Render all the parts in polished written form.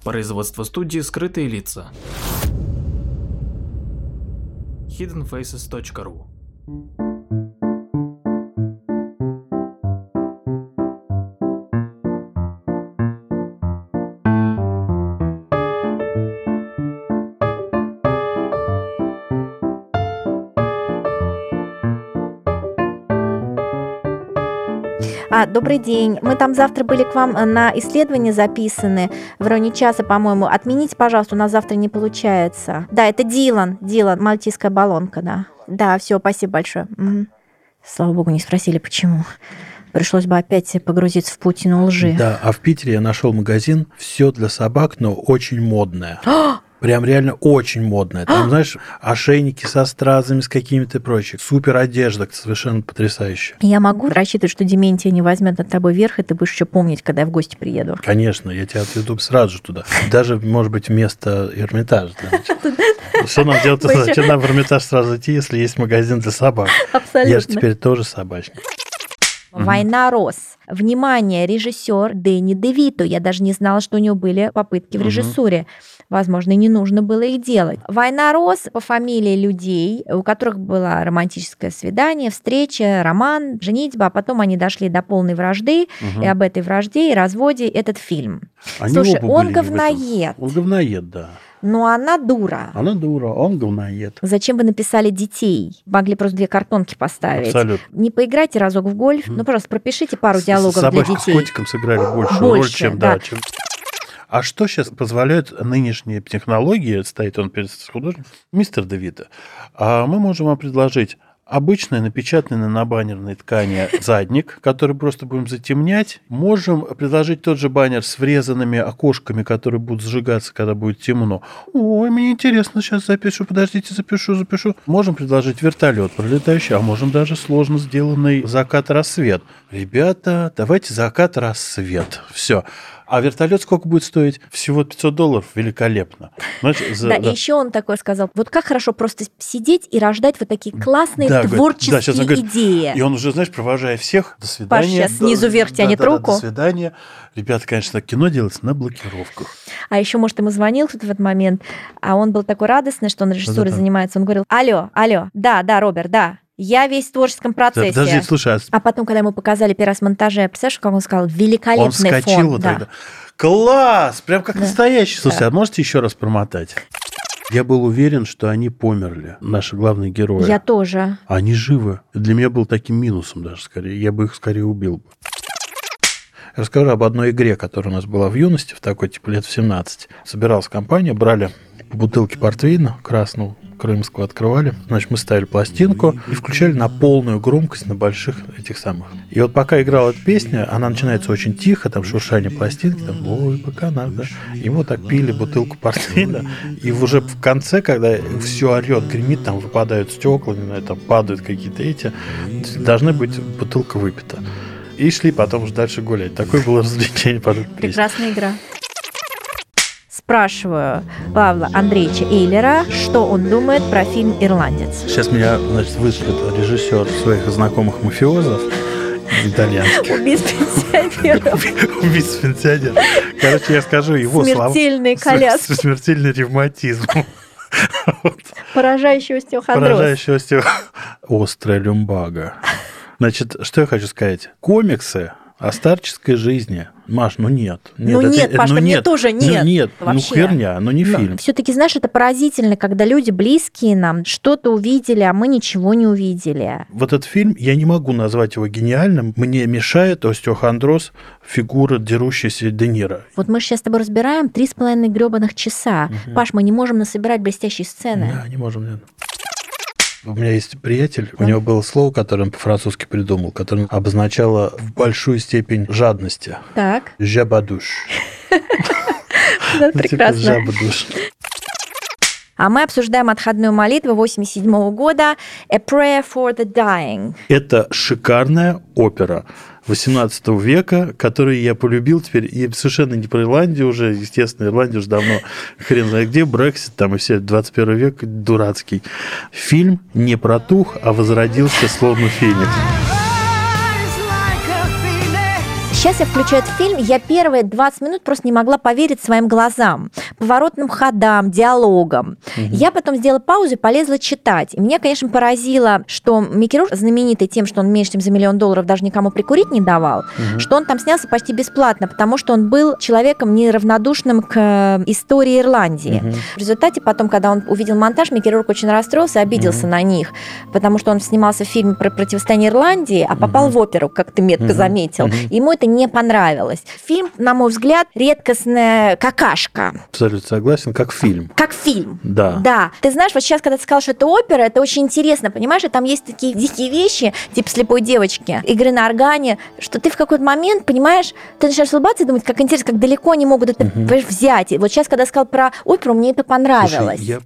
Производство студии «Скрытые лица». hiddenfaces.ru. Добрый день. Мы там завтра были к вам на исследование записаны в районе часа, по-моему. Отмените, пожалуйста, у нас завтра не получается. Да, это Дилан, мальтийская баллонка, да. Да, все, спасибо большое. Угу. Слава богу, не спросили, почему. Пришлось бы опять погрузиться в паутину лжи. Да, а в Питере я нашел магазин «Все для собак», но очень модное. Прям реально очень модная. Там, знаешь, ошейники со стразами, с какими-то прочими. Супер одежда, совершенно потрясающая. Я могу рассчитывать, что Дементия не возьмет над тобой верх, и ты будешь еще помнить, когда я в гости приеду? Конечно, я тебя отведу сразу же туда. Даже, может быть, вместо Эрмитажа. Что нам делать? Зачем нам в Эрмитаж сразу идти, если есть магазин для собак? Абсолютно. Я же теперь тоже собачник. «Война Рос». Внимание, режиссер Дэнни Де Вито. Я даже не знала, что у него были попытки в режиссуре. Возможно, и не нужно было их делать. «Война Рос» по фамилии людей, у которых было романтическое свидание, встреча, роман, женитьба, а потом они дошли до полной вражды, и об этой вражде и разводе этот фильм. Слушай, он говноед. Он говноед, да. Но она дура. Она дура, он говноед. Зачем вы написали детей? Могли просто 2 картонки поставить. Абсолютно. Не поиграйте разок в гольф, ну, пожалуйста, пропишите пару диалогов для детей. Собачку с котиком сыграли большую роль, чем... А что сейчас позволяют нынешние технологии, стоит он перед художником, мистер Де Вито, мы можем вам предложить обычный напечатанный на баннерной ткани задник, который просто будем затемнять. Можем предложить тот же баннер с врезанными окошками, которые будут сжигаться, когда будет темно. Ой, мне интересно, сейчас запишу, подождите, запишу. Можем предложить вертолет пролетающий, а можем даже сложно сделанный закат-рассвет. Ребята, давайте закат-рассвет. Все. А вертолет сколько будет стоить? Всего $500. Великолепно. Значит, да, и еще он такой сказал, вот как хорошо просто сидеть и рождать вот такие классные творческие идеи. И он уже, знаешь, провожая всех, до свидания. Паш сейчас снизу вверх тянет руку. До свидания. Ребята, конечно, кино делается на блокировках. А еще, может, ему звонил кто-то в этот момент, а он был такой радостный, что он режиссурой занимается. Он говорил, алло, да, Роберт, да. Я весь в творческом процессе. Да, подожди, слушай. А потом, когда ему показали первый раз монтаже, представляешь, как он сказал, великолепный он вскочил фон. Вот тогда. Класс! Прям как настоящий. Слушай, а можете еще раз промотать? Я был уверен, что они померли, наши главные герои. Я тоже. Они живы. Для меня был таким минусом даже скорее. Я бы их скорее убил. Я расскажу об одной игре, которая у нас была в юности, в такой типа лет в 17. Собиралась компания, брали бутылки портвейна красного, крымского, открывали. Значит, мы ставили пластинку и включали на полную громкость на больших этих самых. И вот пока играла эта песня, она начинается очень тихо, там шуршание пластинки, там ой, пока надо. И вот так пили бутылку портвейна. И уже в конце, когда все орет, гремит, там выпадают стекла, не знаю, там падают какие-то эти, должна быть бутылка выпита. И шли потом уже дальше гулять. Такое было развлечение. Прекрасная игра. Спрашиваю Павла Андреевича Эйлера, что он думает про фильм «Ирландец». Сейчас меня, значит, вышлет режиссер своих знакомых мафиозов итальянских. Убийц-пенсионеров. Убийц-пенсионеров. Короче, я скажу его слова. Смертельные коляски. Смертельный ревматизм. Поражающий остеохондроз. Острая люмбага. Значит, что я хочу сказать? Комиксы о старческой жизни. Маш, нет. Паш, мне тоже нет. Нет, вообще. Херня, не фильм. Все-таки, знаешь, это поразительно, когда люди близкие нам что-то увидели, а мы ничего не увидели. Вот этот фильм, я не могу назвать его гениальным. Мне мешает остеохондроз фигуры дерущейся Де Ниро. Вот мы сейчас с тобой разбираем 3,5 гребаных часа. Паш, мы не можем насобирать блестящие сцены. Да, не можем, нет. У меня есть приятель, у него было слово, которое он по-французски придумал, которое обозначало в большую степень жадности. Так. Жабадуш. Прекрасно. Жабадуш. А мы обсуждаем отходную молитву 1987 года «A Prayer for the Dying». Это шикарная опера 18 века, которую я полюбил теперь, и совершенно не про Ирландию уже, естественно, Ирландия уже давно хрен знает где, Брексит, там и все, 21 век дурацкий. Фильм не протух, а возродился словно феникс. Сейчас я включаю этот фильм, я первые 20 минут просто не могла поверить своим глазам, поворотным ходам, диалогам. Я потом сделала паузу и полезла читать. И меня, конечно, поразило, что Микки Руш, знаменитый тем, что он меньше, чем за $1 миллион даже никому прикурить не давал, что он там снялся почти бесплатно, потому что он был человеком неравнодушным к истории Ирландии. В результате потом, когда он увидел монтаж, Микки Рурк очень расстроился и обиделся на них, потому что он снимался в фильме про противостояние Ирландии, а попал в оперу, как ты метко заметил. Ему это не понравилось. Фильм, на мой взгляд, редкостная какашка. Абсолютно согласен, как фильм. Как фильм. Да. Да. Ты знаешь, вот сейчас, когда ты сказал, что это опера, это очень интересно, понимаешь? И там есть такие дикие вещи, типа «Слепой девочки», игры на органе, что ты в какой-то момент, понимаешь, ты начинаешь улыбаться и думать, как интересно, как далеко они могут это взять. И вот сейчас, когда я сказал про оперу, мне это понравилось. Слушай,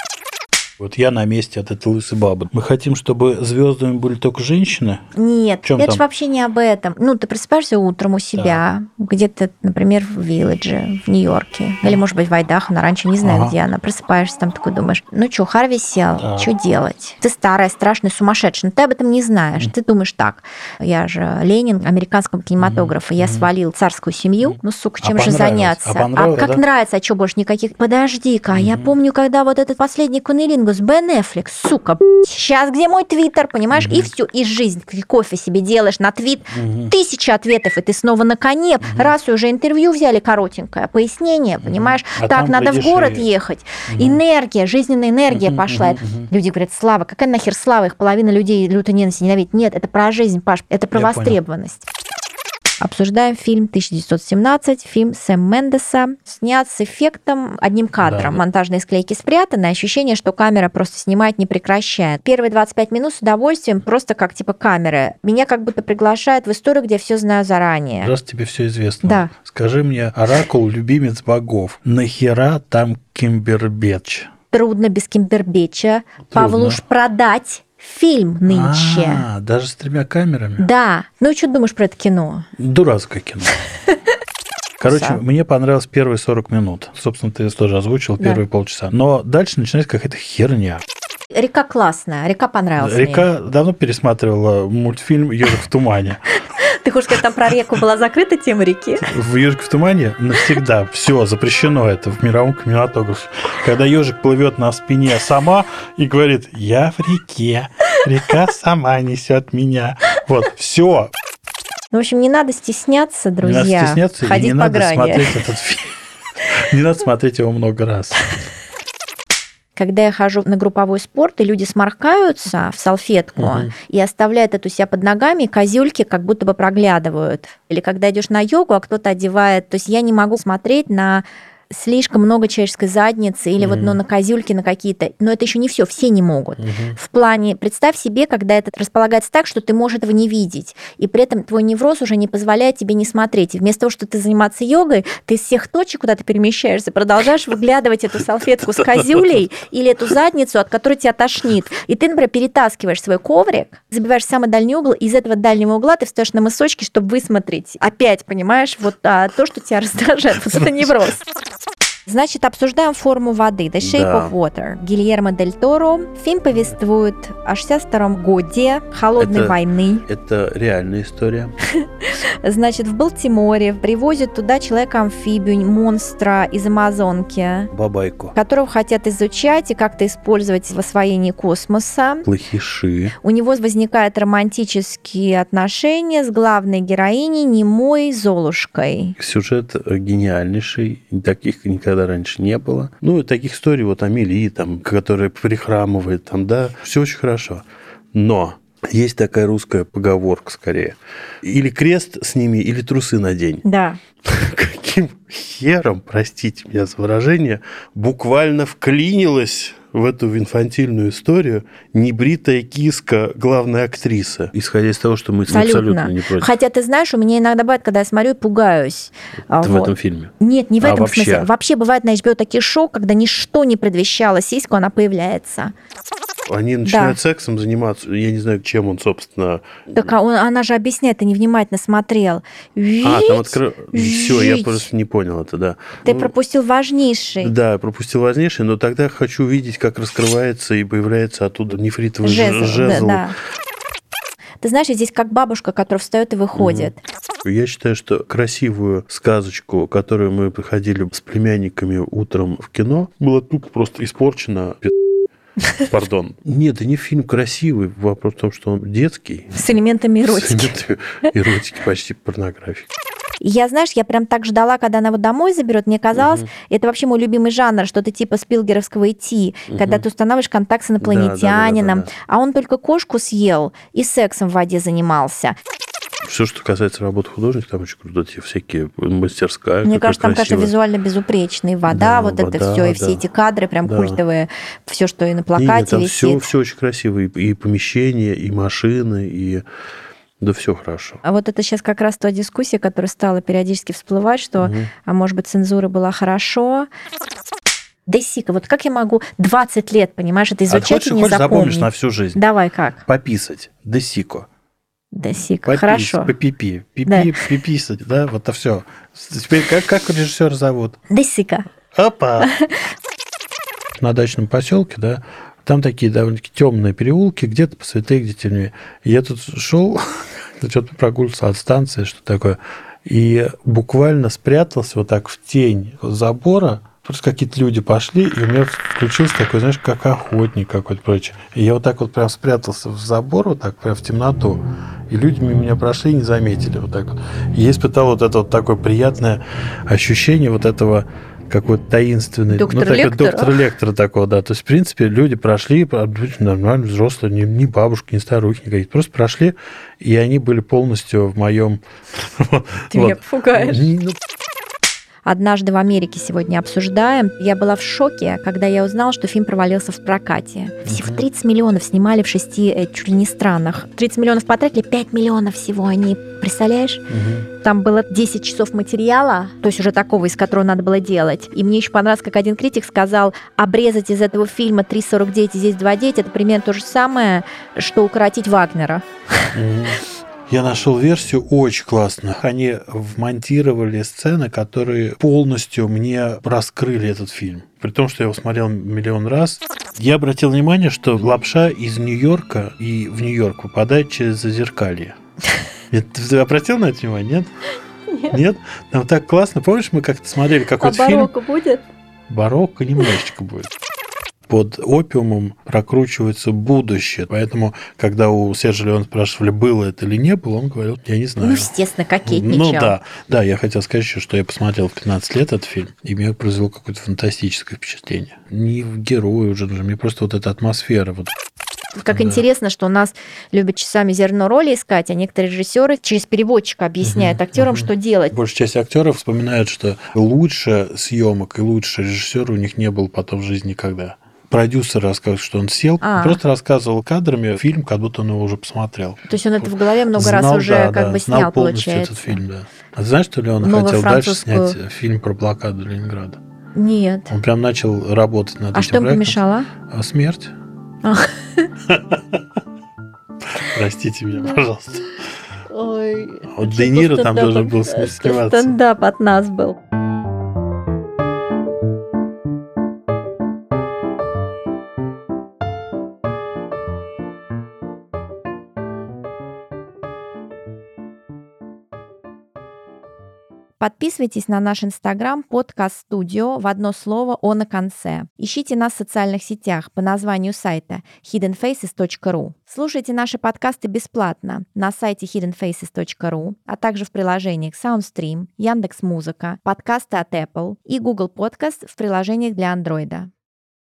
вот я на месте от этой лысой бабы. Мы хотим, чтобы звездами были только женщины? Нет, В чём это там? же вообще не об этом. Ну, ты просыпаешься утром у себя, где-то, например, в Вилледже, в Нью-Йорке, или, может быть, в Айдахо, на ранчо, не знаю, где она. Просыпаешься, там такой думаешь, ну что, Харви сел, что делать? Ты старая, страшная, сумасшедшая, но ты об этом не знаешь. Ты думаешь так, я же Ленин американского кинематографа, я свалил царскую семью, ну, сука, чем же заняться? понравилось, как да? нравится, а что больше никаких? Подожди-ка, я помню, когда вот этот последний кунилингус, Бен Эффлек, сука, сейчас где мой твиттер, понимаешь? И все, и жизнь, ты кофе себе делаешь на твит, 1000 ответов, и ты снова на коне. Раз уже интервью взяли коротенькое, пояснение, понимаешь? А так, там, надо в глядишь, город и- ехать. Энергия, жизненная энергия пошла. Люди говорят, Слава, какая нахер Слава? Их половина людей люто ненавидит, ненавидит. Нет, это про жизнь, Паш, это про Я понял. востребованность. Обсуждаем фильм 1917, фильм Сэм Мендеса, снят с эффектом одним кадром. Да. Монтажные склейки спрятаны, ощущение, что камера просто снимает, не прекращает. Первые 25 минут с удовольствием, просто как типа камеры. Меня как будто приглашают в историю, где я все знаю заранее. Раз тебе все известно, Да. скажи мне, Оракул, любимец богов, нахера там Кимбербэтч? Трудно без Кимбербэтча. Павлуш продать фильм нынче. Даже с 3 камерами? Да. Ну, что думаешь про это кино? Дурацкое кино. Короче, Сам. мне понравилось первые 40 минут. Собственно, ты тоже озвучил первые полчаса. Но дальше начинается какая-то херня. Река классная, река понравилась мне. Река давно пересматривала мультфильм «Ежик в тумане». Ты хочешь сказать, там про реку была закрыта тема реки? В «Ежик в тумане» навсегда все запрещено это в мировом кинематографе. Когда ежик плывет на спине сама и говорит: «Я в реке, река сама несет меня». Вот, все. Ну, в общем, не надо стесняться, друзья. Не надо стесняться, и ходить не по надо грани. смотреть этот фильм. Не надо смотреть его много раз. Когда я хожу на групповой спорт, и люди сморкаются в салфетку и оставляют это у себя под ногами, козюльки как будто бы проглядывают. Или когда идешь на йогу, а кто-то одевает... То есть я не могу смотреть на слишком много человеческой задницы или вот на козюльки, на какие-то... Но это еще не все не могут. В плане, представь себе, когда это располагается так, что ты можешь этого не видеть, и при этом твой невроз уже не позволяет тебе не смотреть. И вместо того, что ты заниматься йогой, ты из всех точек, куда ты перемещаешься, продолжаешь выглядывать эту салфетку с козюлей или эту задницу, от которой тебя тошнит. И ты, например, перетаскиваешь свой коврик, забиваешь в самый дальний угол, и из этого дальнего угла ты встаешь на мысочки, чтобы высмотреть опять, понимаешь, вот то, что тебя раздражает. Вот это невроз. Значит, обсуждаем форму воды. The Shape Да. of Water. Гильермо дель Торо. Фильм повествует о 62-м годе холодной Это- войны. Это реальная история. Значит, в Балтиморе привозят туда человека-амфибию, монстра из Амазонки, Бабайку. которого хотят изучать и как-то использовать в освоении космоса. Плохиши. У него возникают романтические отношения с главной героиней немой Золушкой. Сюжет гениальнейший. Таких никогда раньше не было. Ну, и таких историй, вот Амелии, там, которая прихрамывает, там, да, все очень хорошо. Но есть такая русская поговорка, скорее. Или крест сними, или трусы надень. Да. Каким хером, простите меня за выражение, буквально вклинилась в эту инфантильную историю небритая киска главной актрисы, исходя из того, что мы абсолютно не против. Хотя, ты знаешь, у меня иногда бывает, когда я смотрю и пугаюсь. В этом фильме. Нет, не в этом вообще? смысле. Вообще бывает на HBO такие шоу, когда ничто не предвещало сиську, она появляется. Они начинают сексом заниматься, я не знаю, чем он, собственно... Так она же объясняет, ты невнимательно смотрел. там Все, я просто не понял это, да. Ты пропустил важнейший. Да, я пропустил важнейшее, но тогда хочу видеть, как раскрывается и появляется оттуда нефритовый жезл. Да. Ты знаешь, здесь как бабушка, которая встает и выходит. Я считаю, что красивую сказочку, которую мы приходили с племянниками утром в кино, была тупо просто испорчена. Пардон. Нет, это не фильм красивый. Вопрос в том, что он детский. С элементами эротики. С элементами эротики, почти порнографии. И я, знаешь, я прям так ждала, когда она его домой заберет. Мне казалось, это вообще мой любимый жанр, что-то типа спилберговского «Идти», когда ты устанавливаешь контакт с инопланетянином, а он только кошку съел и сексом в воде занимался. Все, что касается работы художника, там очень круто, всякие мастерская. Мне кажется, там, конечно, визуально безупречный. Вода, вот вода, это все, и все эти кадры прям культовые, все, что и на плакате висит. Все очень красиво, и помещения, и машины, и да все хорошо. А вот это сейчас как раз та дискуссия, которая стала периодически всплывать, что, а может быть, цензура была хорошо. Десика, вот как я могу 20 лет, понимаешь, это изучать и не запомнить? Запомнишь на всю жизнь. Давай, как? Пописать. Десико. Десика, хорошо. Попипи. Пиписать, да, вот это все. Теперь как режиссера зовут? Десика. Опа! На дачном поселке, да, там такие довольно-таки темные переулки, где-то по святых, где темнее. Я тут шел, что-то прогуливался от станции, что такое, и буквально спрятался вот так в тень забора. Просто какие-то люди пошли, и у меня включился такой, знаешь, как охотник какой-то прочее. И я вот так вот прям спрятался в забор, вот так прям в темноту. И люди мимо меня прошли и не заметили вот так вот. И я испытал вот это вот такое приятное ощущение вот этого какой-то таинственный... Доктор Лектора такого, да. То есть, в принципе, люди прошли, нормально, взрослые, не бабушки, не старухи, никакие. Просто прошли, и они были полностью в моем... Ты меня пугаешь. «Однажды в Америке» сегодня обсуждаем. Я была в шоке, когда я узнала, что фильм провалился в прокате. Всего 30 миллионов снимали в 6 чуть ли не странах. 30 миллионов потратили, 5 миллионов всего они. Представляешь? Там было 10 часов материала, то есть уже такого, из которого надо было делать. И мне еще понравилось, как один критик сказал, обрезать из этого фильма 3:49 и здесь 2:9, это примерно то же самое, что укоротить Вагнера. Я нашел версию очень классную. Они вмонтировали сцены, которые полностью мне раскрыли этот фильм. При том, что я его смотрел миллион раз. Я обратил внимание, что лапша из Нью-Йорка и в Нью-Йорк попадает через Зазеркалье. Ты обратил на это внимание? Нет? Нет? Там так классно. Помнишь, мы как-то смотрели какой-то фильм? А барокко будет? Барокко немножечко будет. Под опиумом прокручивается будущее. Поэтому, когда у Сержа Леона спрашивали, было это или не было, он говорил, я не знаю. Ну, естественно, кокетничал. Ну да. Да, я хотел сказать еще, что я посмотрел в 15 лет этот фильм, и мне произвело какое-то фантастическое впечатление. Не в герое уже, мне просто вот эта атмосфера. Вот. Как интересно, что у нас любят часами зерно роли искать, а некоторые режиссеры через переводчика объясняют актерам, что делать. Большая часть актеров вспоминают, что лучше съемок и лучше режиссера у них не было потом в жизни никогда. Продюсер рассказывал, что он сел, просто рассказывал кадрами фильм, как будто он его уже посмотрел. То есть он это в голове много раз уже как бы снял, получается. Этот фильм, да. А знаешь, что ли он хотел дальше снять фильм про блокаду Ленинграда? Нет. Он прям начал работать над этим проектом. А что ему помешало? Смерть. Простите меня, пожалуйста. Ой. Вот Де Ниро там должен был сниматься. Стендап от нас был. Подписывайтесь на наш инстаграм подкаст студио в одно слово «о» на конце. Ищите нас в социальных сетях по названию сайта hiddenfaces.ru. Слушайте наши подкасты бесплатно на сайте hiddenfaces.ru, а также в приложениях SoundStream, Яндекс.Музыка, подкасты от Apple и Google Podcast в приложениях для Android.